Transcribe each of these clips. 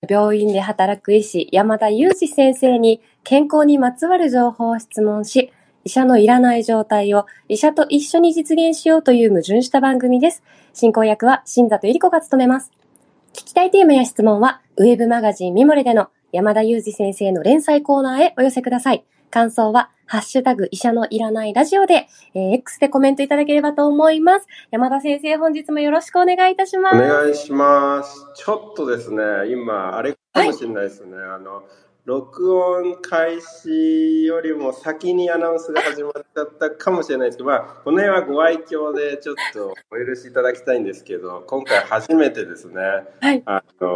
病院で働く医師、山田裕二先生に健康にまつわる情報を質問し、医者のいらない状態を医者と一緒に実現しようという矛盾した番組です。進行役は新里ゆり子が務めます。聞きたいテーマや質問は、ウェブマガジンミモレでの山田裕二先生の連載コーナーへお寄せください。感想は、ハッシュタグ医者のいらないラジオで、X でコメントいただければと思います。山田先生、本日もよろしくお願いいたします。 お願いします。ちょっとですね、今、あれかもしれないですね。録音開始よりも先にアナウンスが始まっちゃったかもしれないですけど、この辺はご愛嬌でちょっとお許しいただきたいんですけど、今回初めてですね、 はい、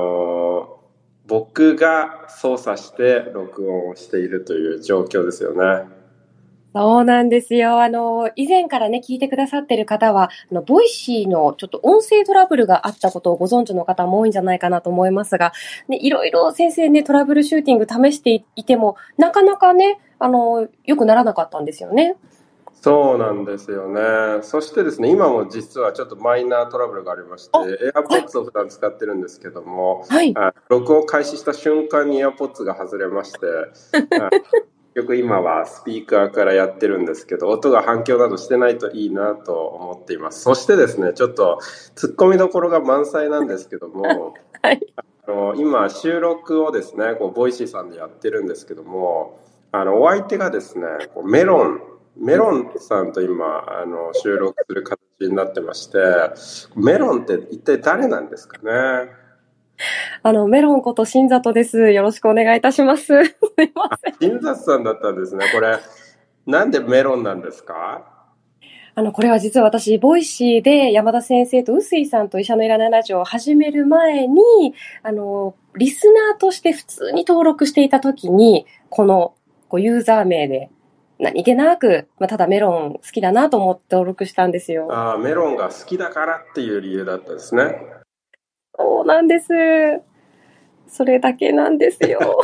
僕が操作して録音をしているという状況ですよね。 そうなんですよ。以前からね、聞いてくださってる方は、ボイシーのちょっと音声トラブルがあったことをご存知の方も多いんじゃないかなと思いますが、ね、いろいろ先生ね、トラブルシューティング試していても、なかなかね、良くならなかったんですよね。 そうなんですよね。そしてですね、今も実はちょっとマイナートラブルがありまして、AirPods を普段使ってるんですけども、 はい、 録音開始した瞬間に AirPods が外れまして、結局今はスピーカーからやってるんですけど、音が反響などしてないといいなと思っています。そしてですね、ちょっと突っ込みどころが満載なんですけども、 はい、 今収録をですね、ボイシーさんでやってるんですけども、お相手がですね、メロンさんと今収録する形になってまして、メロンって一体誰なんですかね。 メロンこと新里です。よろしくお願いいたします。すいません。 新里さんだったんですね。これなんでメロンなんですか？ これは実は私、ボイシーで山田先生と臼井さんと医者のいらないラジオを始める前に、リスナーとして普通に登録していた時に、このユーザー名で何気なく、ただメロン好きだなと思って登録したんですよ。 メロンが好きだからっていう理由だったんですね。 そうなんです。それだけなんですよ。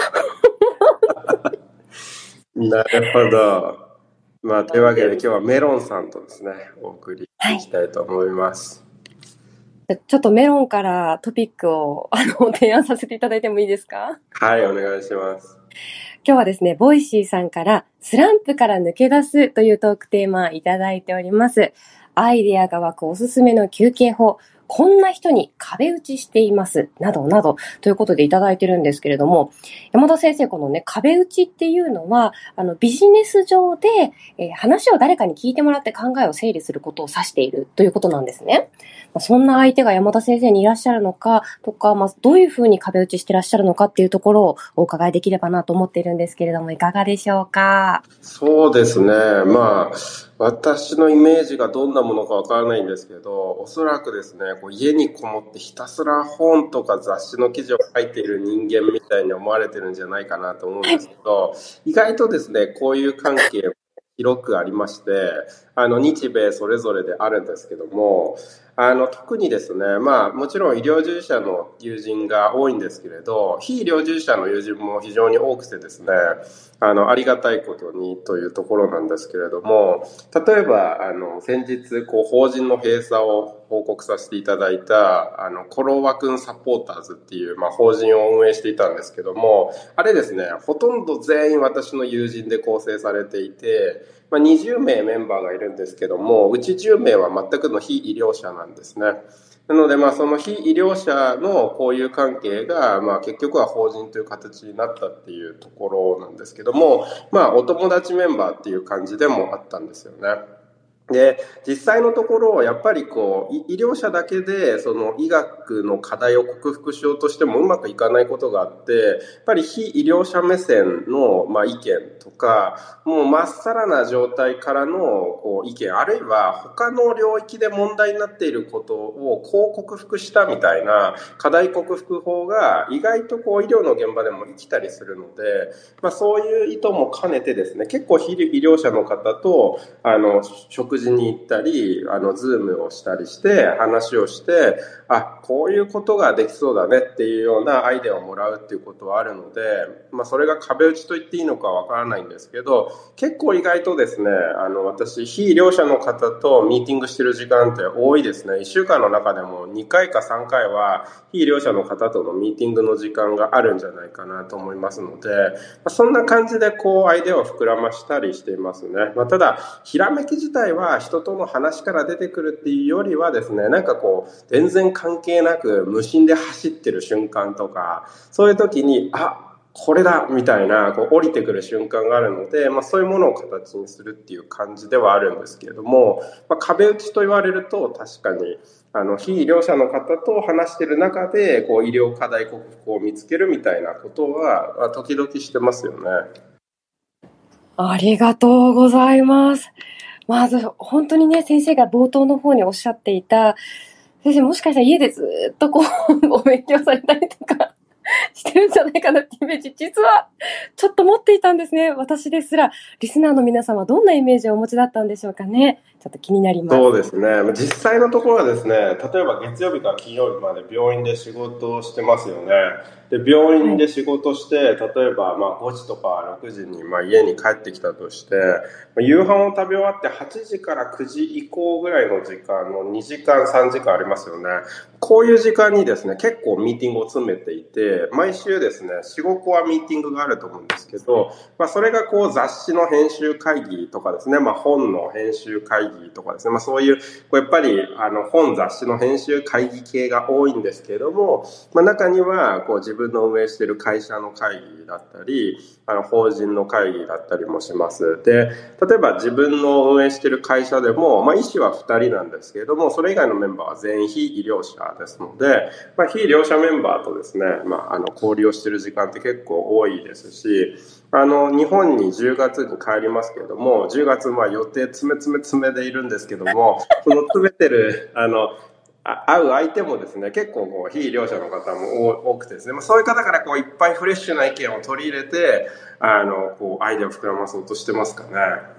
なるほど。というわけで今日はメロンさんとですね、お送りしていきたいと思います。 ちょっとメロンからトピックを提案させていただいてもいいですか？ はい、お願いします。 今日はですね、ボイシーさんからスランプから抜け出すというトークテーマいただいております。アイデアが湧くおすすめの休憩法、こんな人に壁打ちしています、などなどということでいただいてるんですけれども、山田先生、このね、壁打ちっていうのは、ビジネス上で、話を誰かに聞いてもらって考えを整理することを指しているということなんですね。そんな相手が山田先生にいらっしゃるのかとか、どういうふうに壁打ちしてらっしゃるのかっていうところをお伺いできればなと思っているんですけれども、いかがでしょうか？ そうですね。私のイメージがどんなものかわからないんですけど、おそらくですね、家にこもってひたすら本とか雑誌の記事を書いている人間みたいに思われてるんじゃないかなと思うんですけど、意外とですね、こういう関係広くありまして、日米それぞれであるんですけども、特にですね、もちろん医療従事者の友人が多いんですけれど、非医療従事者の友人も非常に多くてですね、ありがたいことにというところなんですけれども、例えば先日法人の閉鎖を報告させていただいたコロワくんサポーターズっていう、法人を運営していたんですけども、あれですね、ほとんど全員私の友人で構成されていて、20名メンバーがいるんですけども、うち10名は全くの非医療者なんですね。なので、その非医療者の交友関係が、結局は法人という形になったっていうところなんですけども、お友達メンバーっていう感じでもあったんですよね。で、実際のところやっぱり医療者だけでその医学の課題を克服しようとしてもうまくいかないことがあって、やっぱり非医療者目線の意見とか、もうまっさらな状態からの意見、あるいは他の領域で問題になっていることを克服したみたいな課題克服法が意外と医療の現場でも生きたりするので、そういう意図も兼ねてですね、結構非医療者の方と食事事に行ったり、ズームをしたりして、話をして、こういうことができそうだねっていうようなアイデアをもらうっていうことはあるので、それが壁打ちと言っていいのかわからないんですけど、結構意外とですね、私、非医療者の方とミーティングしてる時間って多いですね。1週間の中でも2回か3回は、非医療者の方とのミーティングの時間があるんじゃないかなと思いますので、そんな感じでアイデアを膨らましたりしていますね。ただ、ひらめき自体は人との話から出てくるっていうよりはですね、全然関係なく無心で走ってる瞬間とか、そういう時に、これだみたいな降りてくる瞬間があるので、そういうものを形にするっていう感じではあるんですけれども、壁打ちと言われると確かに非医療者の方と話している中で医療課題克服を見つけるみたいなことは時々してますよね。 ありがとうございます。まず本当にね、先生が冒頭の方におっしゃっていた、先生もしかしたら家でずっとお勉強されたりとかしてるんじゃないかなってイメージ、実はちょっと持っていたんですね。私ですら。リスナーの皆さんはどんなイメージをお持ちだったんでしょうかね。ちょっと気になります。 そうですね。実際のところはですね、例えば月曜日から金曜日まで病院で仕事をしてますよね。で、病院で仕事して、例えば5時とか6時に家に帰ってきたとして、夕飯を食べ終わって8時から9時以降ぐらいの時間の2時間3時間ありますよね。こういう時間にですね、結構ミーティングを詰めていて、毎週ですね、4、5個はミーティングがあると思うんですけど、それが雑誌の編集会議とかですね、本の編集会議とかですね、そういう、やっぱり本雑誌の編集会議系が多いんですけれども、中には自分の運営している会社の会議だったり、法人の会議だったりもします。で、例えば自分の運営している会社でも、医師は2人なんですけれども、それ以外のメンバーは全員非医療者ですので、非医療者メンバーとですね、交流をしている時間って結構多いですし、日本に10月に帰りますけれども、10月予定詰めでいるんですけども、その詰めてる会う相手もですね、結構非医療者の方も多くてですね、そういう方からいっぱいフレッシュな意見を取り入れて、アイデアを膨らまそうとしてますかね。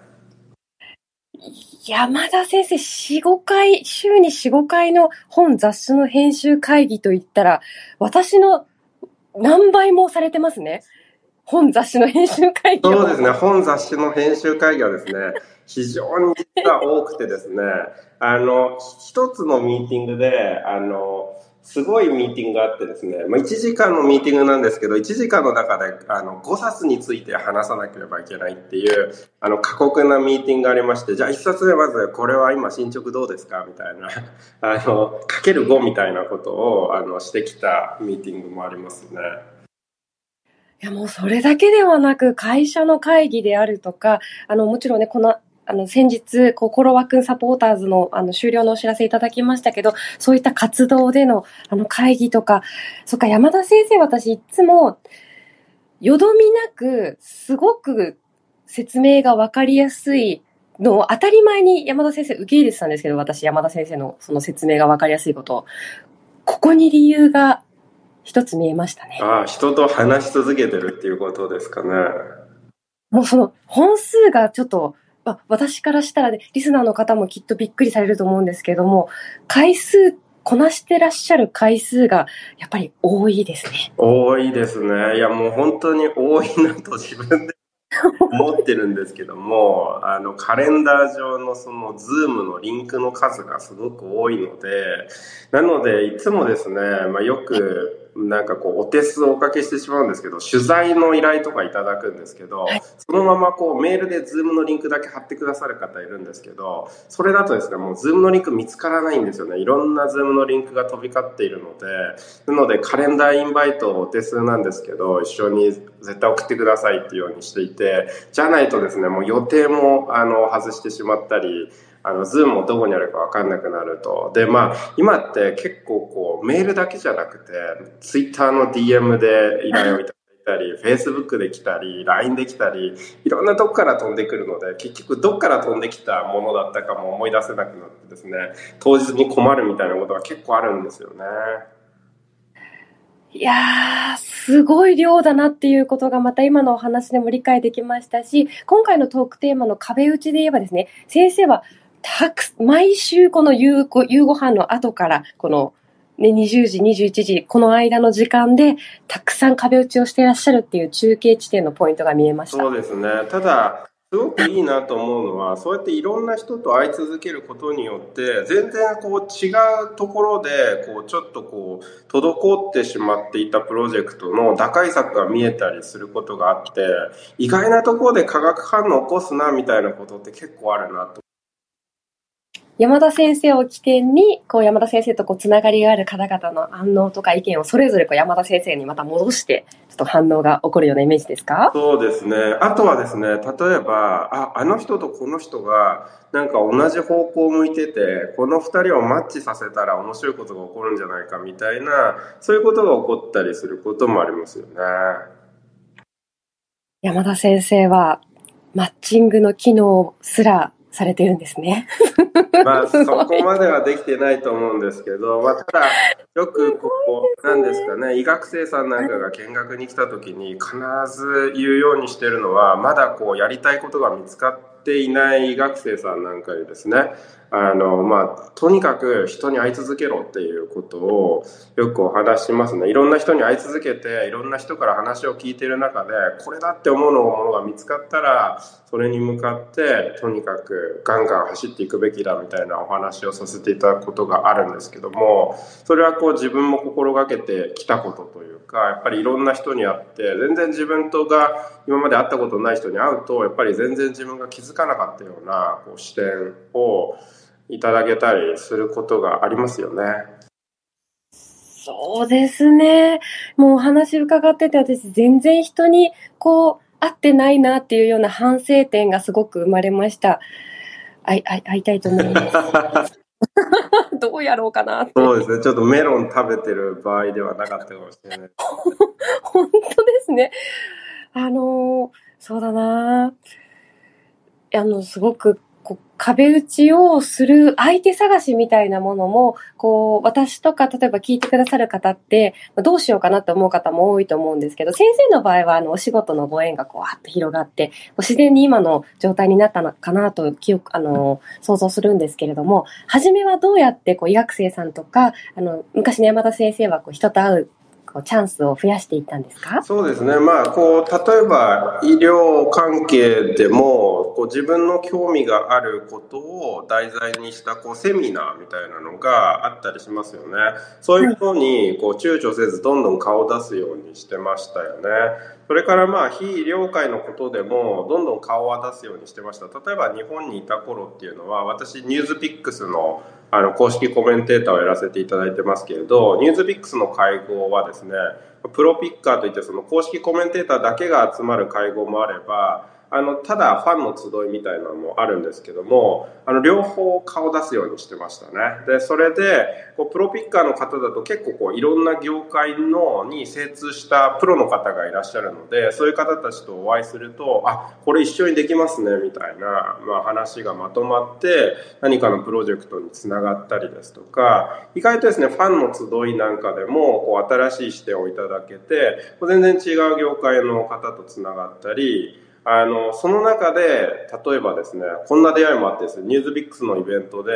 山田先生、週に4、5回の本雑誌の編集会議といったら、私の何倍もされてますね。本雑誌の編集会議。 そうですね、本雑誌の編集会議はですね、非常に実は多くてですね、一つのミーティングで、すごいミーティングがあってですね、1時間のミーティングなんですけど、1時間の中で5冊について話さなければいけないっていう過酷なミーティングがありまして、じゃあ1冊目まずこれは今進捗どうですかみたいなかける5みたいなことをしてきたミーティングもありますね。 いや、もうそれだけではなく、会社の会議であるとか、もちろんね、先日、コロワくんサポーターズの、終了のお知らせいただきましたけど、そういった活動での、会議とか、そっか、山田先生、私いつも、よどみなく、すごく説明がわかりやすいのを当たり前に山田先生受け入れてたんですけど、私、山田先生のその説明がわかりやすいことを。ここに理由が一つ見えましたね。 人と話し続けてるっていうことですかね。 もうその本数がちょっと、私からしたら、ね、リスナーの方もきっとびっくりされると思うんですけども、こなしてらっしゃる回数がやっぱり多いですね。 多いですね。いや、もう本当に多いなと自分で思ってるんですけども、カレンダー上のそのズームのリンクの数がすごく多いので、なのでいつもですね、よくお手数をおかけしてしまうんですけど、取材の依頼とかいただくんですけど、そのままメールでズームのリンクだけ貼ってくださる方いるんですけど、それだとですね、もうズームのリンク見つからないんですよね。いろんなズームのリンクが飛び交っているので、なのでカレンダーインバイトお手数なんですけど、一緒に絶対送ってくださいっていうようにしていて、じゃないとですね、もう予定も外してしまったり、ズームもどこにあるか分かんなくなると。で、今って結構メールだけじゃなくて、ツイッターの DM で依頼をいただいたり、Facebook で来たり、LINE で来たり、いろんなとこから飛んでくるので、結局どっから飛んできたものだったかも思い出せなくなってですね、当日に困るみたいなことが結構あるんですよね。 いやー、すごい量だなっていうことがまた今のお話でも理解できましたし、今回のトークテーマの壁打ちで言えばですね、先生は毎週この夕ご飯の後から、この、ね、20時、21時、この間の時間で、たくさん壁打ちをしていらっしゃるっていう中継地点のポイントが見えました。 そうですね。ただ、すごくいいなと思うのは、そうやっていろんな人と会い続けることによって、全然こう違うところで、ちょっと滞ってしまっていたプロジェクトの打開策が見えたりすることがあって、意外なところで化学反応を起こすな、みたいなことって結構あるなと。 山田先生を起点に、山田先生とつながりがある方々の反応とか意見をそれぞれ山田先生にまた戻して、ちょっと反応が起こるようなイメージですか？ そうですね。あとはですね、例えば、あの人とこの人がなんか同じ方向を向いてて、この二人をマッチさせたら面白いことが起こるんじゃないかみたいな、そういうことが起こったりすることもありますよね。 山田先生はマッチングの機能すらされてるんですね。 そこまではできてないと思うんですけど、ただよくなんですかね、医学生さんなんかが見学に来た時に必ず言うようにしてるのは、まだやりたいことが見つかっていない医学生さんなんかにですね、とにかく人に会い続けろっていうことをよくお話しますね。いろんな人に会い続けて、いろんな人から話を聞いている中で、これだって思うものが見つかったら、それに向かってとにかくガンガン走っていくべきだみたいなお話をさせていただくことがあるんですけども、それは自分も心がけてきたことというか、やっぱりいろんな人に会って、全然自分とが今まで会ったことない人に会うと、やっぱり全然自分が気づかなかったような視点をいただけたりすることがありますよね。 そうですね。もうお話伺ってて、私全然人に会ってないなっていうような反省点がすごく生まれました。会いたいと思います。どうやろうかなって。 そうですね。ちょっとメロン食べてる場合ではなかったかもしれない。 本当ですね。そうだな。すごく壁打ちをする相手探しみたいなものも、私とか例えば聞いてくださる方って、どうしようかなと思う方も多いと思うんですけど、先生の場合はお仕事のご縁がわっと広がって、自然に今の状態になったのかなと想像するんですけれども、初めはどうやって医学生さんとか、昔の山田先生は人と会うチャンスを増やしていったんですか？ そうですね。例えば医療関係でも自分の興味があることを題材にしたセミナーみたいなのがあったりしますよね。そういうのに躊躇せずどんどん顔を出すようにしてましたよね。それから非医療界のことでもどんどん顔を出すようにしてました。例えば日本にいた頃っていうのは、私ニュースピックスの公式コメンテーターをやらせていただいてますけれど、ニュースピックスの会合はですね、プロピッカーといってその公式コメンテーターだけが集まる会合もあれば、ただファンの集いみたいなのもあるんですけども、両方顔出すようにしてましたね。で、それでプロピッカーの方だと結構いろんな業界に精通したプロの方がいらっしゃるので、そういう方たちとお会いすると、これ一緒にできますねみたいな、話がまとまって何かのプロジェクトにつながったりですとか、意外とですね、ファンの集いなんかでも新しい視点をいただけて、全然違う業界の方とつながったり、その中で例えばですね、こんな出会いもあってですね、ニュースビックスのイベントで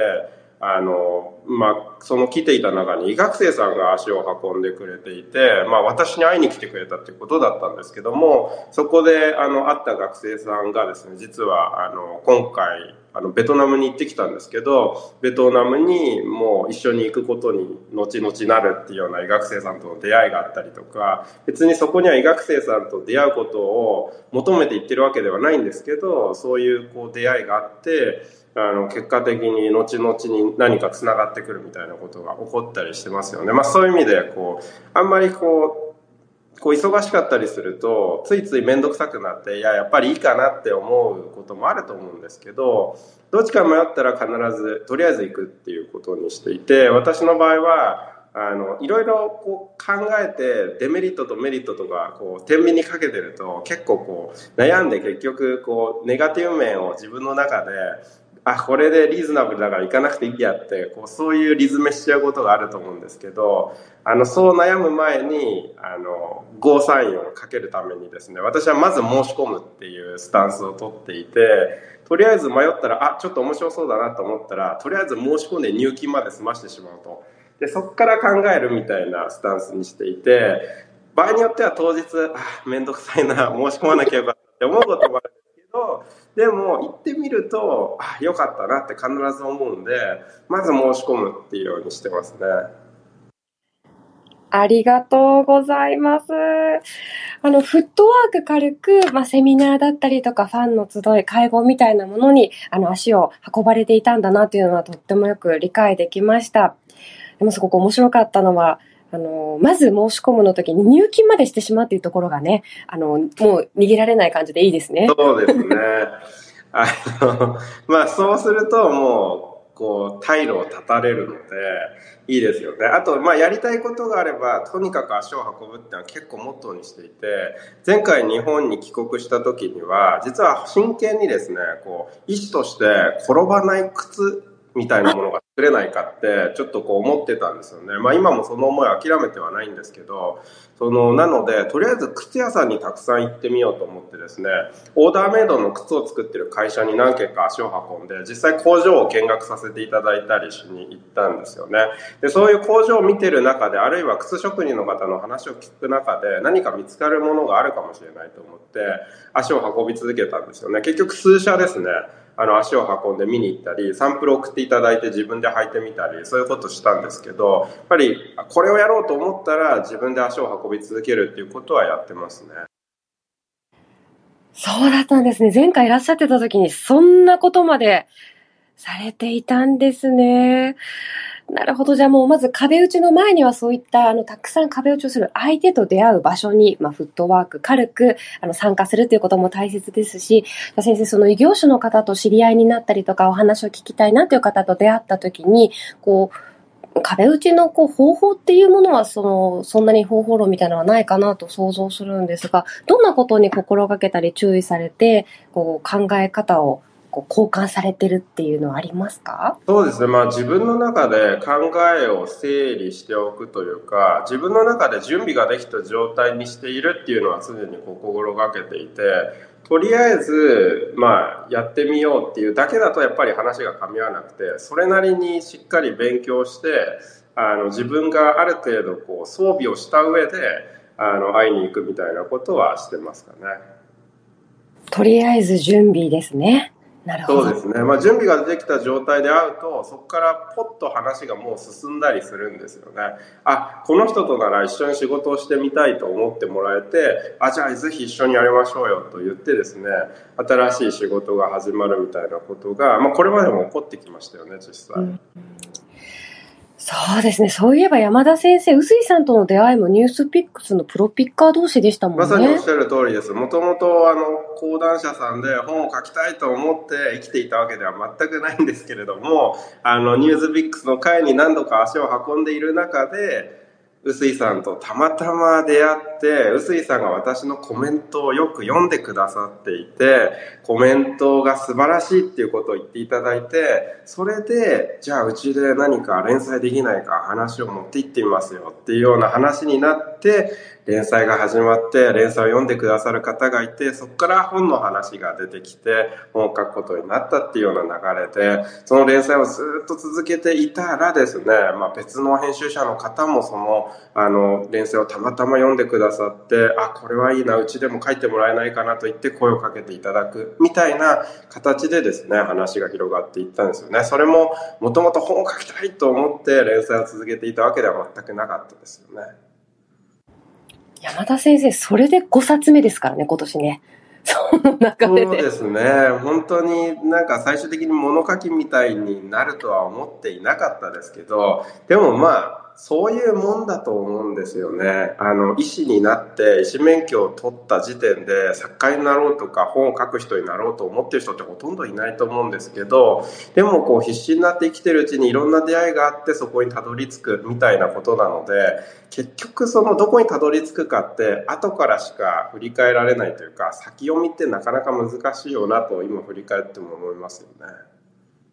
その来ていた中に医学生さんが足を運んでくれていて、私に会いに来てくれたっていうことだったんですけども、そこで会った学生さんがですね、実は今回ベトナムに行ってきたんですけど、ベトナムにもう一緒に行くことに後々なるっていうような医学生さんとの出会いがあったりとか、別にそこには医学生さんと出会うことを求めて行ってるわけではないんですけど、そういう出会いがあって結果的に後々に何かつながってくるみたいなことが起こったりしてますよね。そういう意味であんまり忙しかったりするとついつい面倒くさくなって、やっぱりいいかなって思うこともあると思うんですけど、どっちか迷ったら必ずとりあえず行くっていうことにしていて、私の場合はいろいろ考えてデメリットとメリットとか天秤にかけてると結構悩んで、結局ネガティブ面を自分の中でこれでリーズナブルだから行かなくていいやって、そういうリズメしちゃうことがあると思うんですけど、そう悩む前に、ゴーサインをかけるためにですね、私はまず申し込むっていうスタンスを取っていて、とりあえず迷ったら、ちょっと面白そうだなと思ったら、とりあえず申し込んで入金まで済ましてしまうと。で、そこから考えるみたいなスタンスにしていて、場合によっては当日、めんどくさいな、申し込まなきゃよかったって思うこともあるんですけど、でも行ってみると、よかったなって必ず思うんで、まず申し込むっていうようにしてますね。 ありがとうございます。フットワーク軽く、セミナーだったりとか、ファンの集い、会合みたいなものに、足を運ばれていたんだなというのはとってもよく理解できました。でもすごく面白かったのは、まず申し込むの時に入金までしてしまうっていうところがね、もう逃げられない感じでいいですね。 そうですね。そうするともう、退路を断たれるので、いいですよね。あと、やりたいことがあれば、とにかく足を運ぶってのは結構モットーにしていて、前回日本に帰国した時には、実は真剣にですね、医師として転ばない靴みたいなものが作れないかってちょっと思ってたんですよね。今もその思いは諦めてはないんですけど、なのでとりあえず靴屋さんにたくさん行ってみようと思ってですね、オーダーメイドの靴を作ってる会社に何軒か足を運んで、実際工場を見学させていただいたりしに行ったんですよね。で、そういう工場を見てる中で、あるいは靴職人の方の話を聞く中で何か見つかるものがあるかもしれないと思って足を運び続けたんですよね。結局数社ですね、足を運んで見に行ったり、サンプルを送っていただいて自分で履いてみたり、そういうことをしたんですけど、やっぱりこれをやろうと思ったら自分で足を運び続けるっていうことはやってますね。 そうだったんですね。前回いらっしゃってた時にそんなことまでされていたんですね。なるほど。じゃあもうまず壁打ちの前にはそういったたくさん壁打ちをする相手と出会う場所に、フットワーク軽く参加するということも大切ですし、先生、その異業種の方と知り合いになったりとかお話を聞きたいなという方と出会った時に、壁打ちの方法っていうものはそんなに方法論みたいなのはないかなと想像するんですが、どんなことに心がけたり注意されて、考え方を交換されてるっていうのはありますか？ そうですね。自分の中で考えを整理しておくというか、自分の中で準備ができた状態にしているっていうのは常に心がけていて、とりあえず、やってみようっていうだけだとやっぱり話が噛み合わなくて、それなりにしっかり勉強して、自分がある程度装備をした上で、会いに行くみたいなことはしてますかね。 とりあえず準備ですね。なるほど。 そうですね。準備ができた状態で会うと、そこからポッと話がもう進んだりするんですよね。この人となら一緒に仕事をしてみたいと思ってもらえて、じゃあぜひ一緒にやりましょうよと言ってですね、新しい仕事が始まるみたいなことが、これまでも起こってきましたよね、実際。 そうですね。そういえば山田先生、臼井さんとの出会いもニュースピックスのプロピッカー同士でしたもんね。 まさにおっしゃる通りです。もともと講談社さんで本を書きたいと思って生きていたわけでは全くないんですけれども、ニュースピックスの会に何度か足を運んでいる中で、臼井さんとたまたま出会って、臼井さんが私のコメントをよく読んでくださっていて、コメントが素晴らしいっていうことを言っていただいて、それでじゃあうちで何か連載できないか話を持って行ってみますよっていうような話になって、連載が始まって連載を読んでくださる方がいて、そこから本の話が出てきて本を書くことになったっていうような流れで、その連載をずっと続けていたらですね、別の編集者の方もその連載をたまたま読んでくださって、これはいいな、うちでも書いてもらえないかなと言って声をかけていただくみたいな形でですね、話が広がっていったんですよね。それももともと本を書きたいと思って連載を続けていたわけでは全くなかったですよね。 山田先生、それで5冊目ですからね、今年ね。その中でそうですね。本当に最終的に物書きみたいになるとは思っていなかったですけど、でもそういうもんだと思うんですよね。医師になって医師免許を取った時点で作家になろうとか本を書く人になろうと思ってる人ってほとんどいないと思うんですけど、でも必死になって生きてるうちにいろんな出会いがあってそこにたどり着くみたいなことなので、結局どこにたどり着くかって後からしか振り返られないというか、先読みってなかなか難しいよなと今振り返っても思いますよね。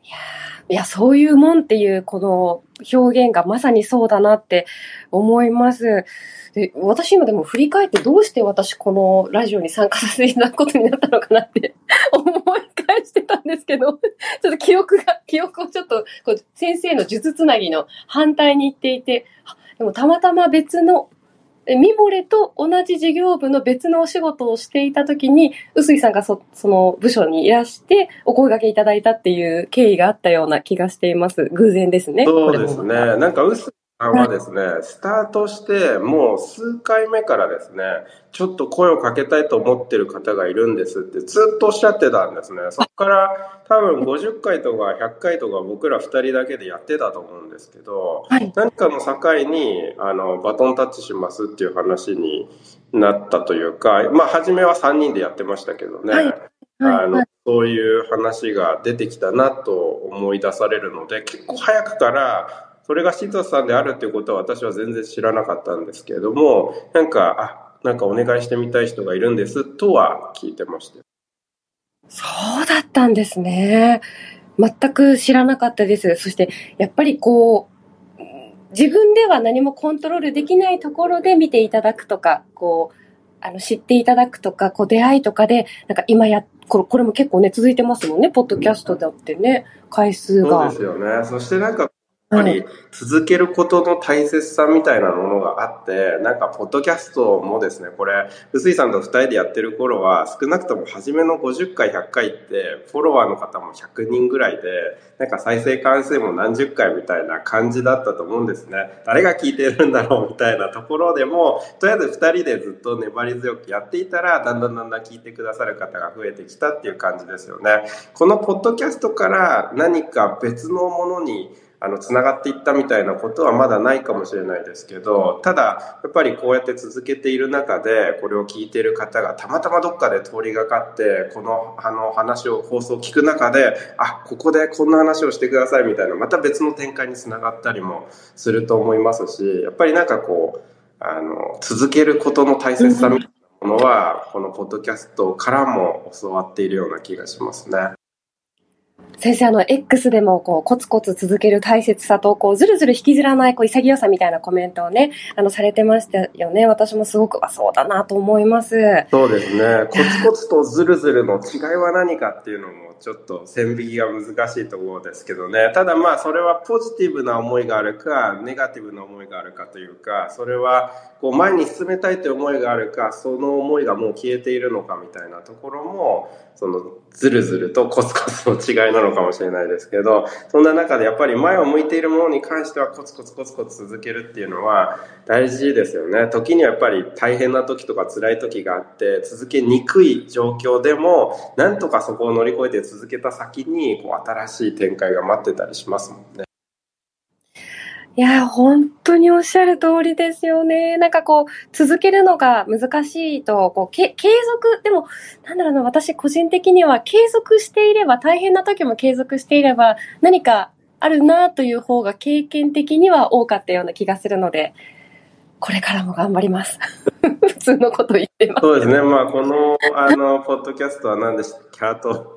いや、そういうもんっていうこの表現がまさにそうだなって思います。で、私今でも振り返ってどうして私このラジオに参加させていただくことになったのかなって思い返してたんですけど、ちょっと記憶をちょっとこう先生の術つなぎの反対に行っていて、でもたまたま別のミモレと同じ事業部の別のお仕事をしていたときに、臼井さんがその部署にいらしてお声掛けいただいたっていう経緯があったような気がしています。偶然ですね。 そうですね。なんか、臼井さんはですね、スタートしてもう数回目からですね、ちょっと声をかけたいと思ってる方がいるんですってずっとおっしゃってたんですね。そこから多分50回とか100回とか僕ら2人だけでやってたと思うんですけど、はい、何かの境にバトンタッチしますっていう話になったというか、まあ初めは3人でやってましたけどね。そういう話が出てきたなと思い出されるので、結構早くからそれが新里さんであるっていうことは私は全然知らなかったんですけれども、なんかお願いしてみたい人がいるんですとは聞いてました。 そうだったんですね。全く知らなかったです。そしてやっぱりこう自分では何もコントロールできないところで見ていただくとか、こう知っていただくとか、こう出会いとかでなんか今これも結構ね続いてますもんね。ポッドキャストだってね、回数が。 そうですよね。そしてなんかやっぱり続けることの大切さみたいなものがあって、なんかポッドキャストもですね、これ臼井さんと2人でやってる頃は少なくとも初めの50回100回ってフォロワーの方も100人ぐらいで、なんか再生回数も何十回みたいな感じだったと思うんですね。誰が聞いてるんだろうみたいなところでも、とりあえず2人でずっと粘り強くやっていたら、だんだん聞いてくださる方が増えてきたっていう感じですよね。このポッドキャストから何か別のものにつながっていったみたいなことはまだないかもしれないですけど、ただやっぱりこうやって続けている中でこれを聞いている方がたまたまどっかで通りがかってこの放送を聞く中で、ここでこんな話をしてくださいみたいな、また別の展開につながったりもすると思いますし、やっぱりなんかこう続けることの大切さみたいなものはこのポッドキャストからも教わっているような気がしますね。 先生、X でもコツコツ続ける大切さとずるずる引きずらない潔さみたいなコメントをねされてましたよね。私もすごくそうだなと思います。 そうですね。コツコツとずるずるの違いは何かっていうのもちょっと線引きが難しいところですけどね。ただまあそれはポジティブな思いがあるかネガティブな思いがあるかというか、それはこう前に進めたいという思いがあるか、その思いがもう消えているのかみたいなところも、そのずるずるとコツコツの違いなのかもしれないですけど、そんな中でやっぱり前を向いているものに関してはコツコツ続けるっていうのは大事ですよね。時にはやっぱり大変な時とか辛い時があって続けにくい状況でも、なんとかそこを乗り越えて続けた先に新しい展開が待ってたりしますもんね。 いや、本当におっしゃる通りですよね。なんか続けるのが難しいと、継続、でも、私個人的には継続していれば、大変な時も継続していれば、何かあるなという方が経験的には多かったような気がするので、これからも頑張ります。普通のこと言ってます。 そうですね。まあ、この、ポッドキャストは何でしたっけ、あと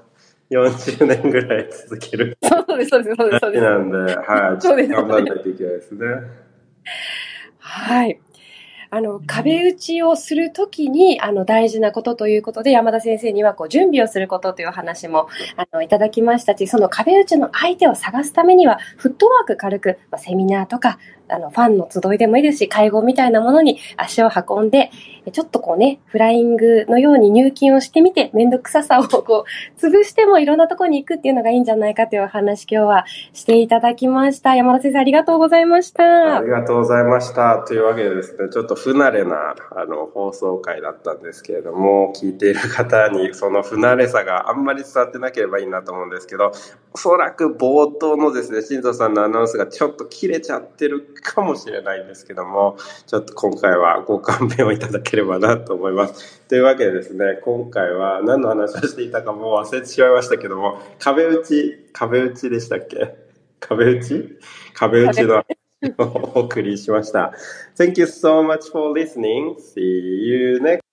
40年ぐらい続ける。 そうです。 なんで、はい。頑張らないといけないですね。 はい。壁打ちをするときに、大事なことということで、山田先生には、準備をすることという話も、いただきましたし、その壁打ちの相手を探すためには、フットワーク軽く、セミナーとか、ファンの集いでもいいですし、会合みたいなものに足を運んで、ちょっとフライングのように入金をしてみて、めんどくささを潰してもいろんなところに行くっていうのがいいんじゃないかというお話、今日はしていただきました。山田先生、ありがとうございました。 ありがとうございました。というわけでですね、ちょっと不慣れな放送回だったんですけれども、聞いている方にその不慣れさがあんまり伝わってなければいいなと思うんですけど、おそらく冒頭のですね、新藤さんのアナウンスがちょっと切れちゃってるかもしれないんですけども、ちょっと今回はご勘弁をいただければなと思います。というわけでですね、今回は何の話をしていたかもう忘れてしまいましたけども、壁打ちでしたっけ？壁打ちのお送りしました。Thank you so much for listening. See you next